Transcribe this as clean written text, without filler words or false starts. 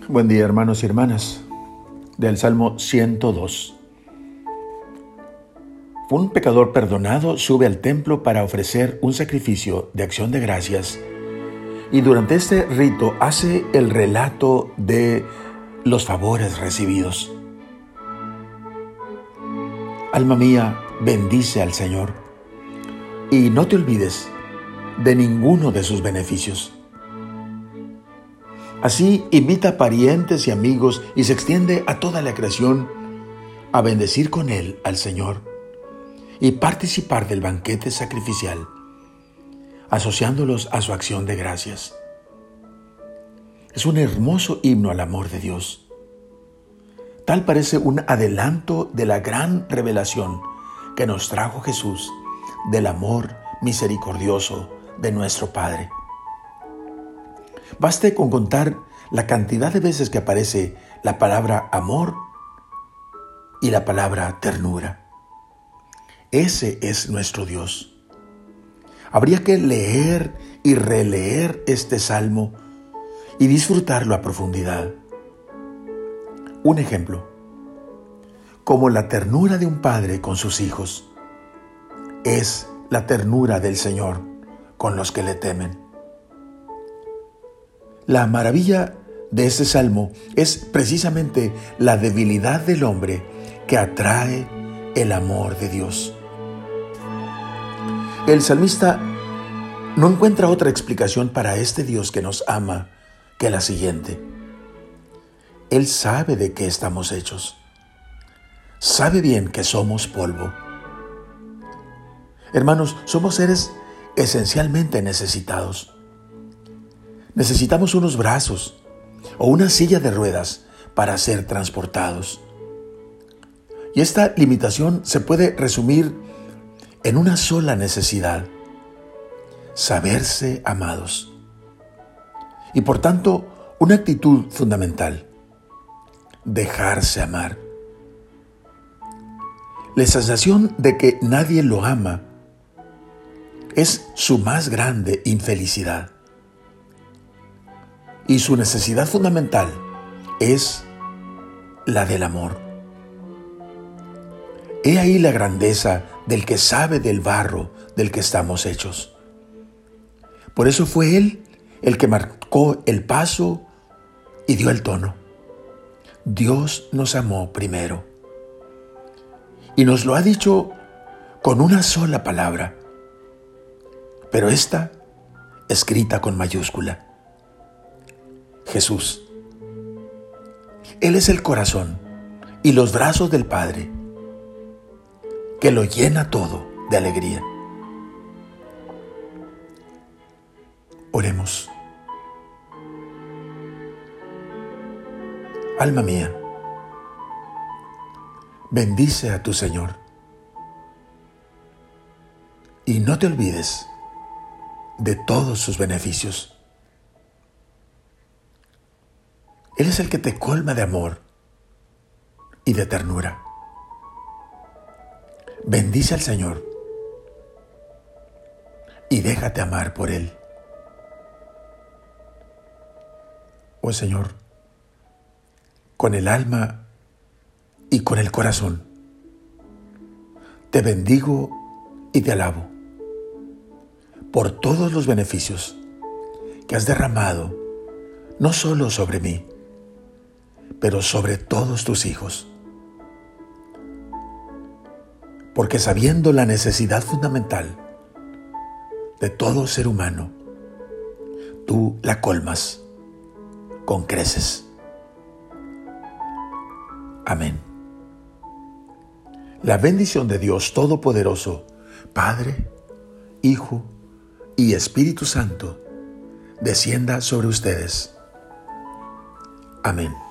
Buen día, hermanos y hermanas. Del Salmo 102. Un pecador perdonado sube al templo para ofrecer un sacrificio de acción de gracias y durante este rito hace el relato de los favores recibidos. Alma mía, bendice al Señor y no te olvides de ninguno de sus beneficios. Así invita a parientes y amigos y se extiende a toda la creación a bendecir con él al Señor y participar del banquete sacrificial, asociándolos a su acción de gracias. Es un hermoso himno al amor de Dios. Tal parece un adelanto de la gran revelación que nos trajo Jesús del amor misericordioso de nuestro Padre. Baste con contar la cantidad de veces que aparece la palabra amor y la palabra ternura. Ese es nuestro Dios. Habría que leer y releer este salmo y disfrutarlo a profundidad. Un ejemplo, como la ternura de un padre con sus hijos, es la ternura del Señor con los que le temen. La maravilla de este salmo es precisamente la debilidad del hombre que atrae el amor de Dios. El salmista no encuentra otra explicación para este Dios que nos ama que la siguiente. Él sabe de qué estamos hechos. Sabe bien que somos polvo. Hermanos, somos seres esencialmente necesitados. Necesitamos unos brazos o una silla de ruedas para ser transportados. Y esta limitación se puede resumir en una sola necesidad: saberse amados. Y por tanto, una actitud fundamental: dejarse amar. La sensación de que nadie lo ama es su más grande infelicidad. Y su necesidad fundamental es la del amor. He ahí la grandeza del que sabe del barro del que estamos hechos. Por eso fue Él el que marcó el paso y dio el tono. Dios nos amó primero. Y nos lo ha dicho con una sola palabra, pero esta escrita con mayúscula: Jesús. Él es el corazón y los brazos del Padre, que lo llena todo de alegría. Oremos. Alma mía, bendice a tu Señor y no te olvides de todos sus beneficios. Él es el que te colma de amor y de ternura. Bendice al Señor y déjate amar por Él. Oh Señor, con el alma y con el corazón, te bendigo y te alabo por todos los beneficios que has derramado, no solo sobre mí, pero sobre todos tus hijos. Porque sabiendo la necesidad fundamental de todo ser humano, tú la colmas con creces. Amén. La bendición de Dios Todopoderoso, Padre, Hijo y Espíritu Santo, descienda sobre ustedes. Amén.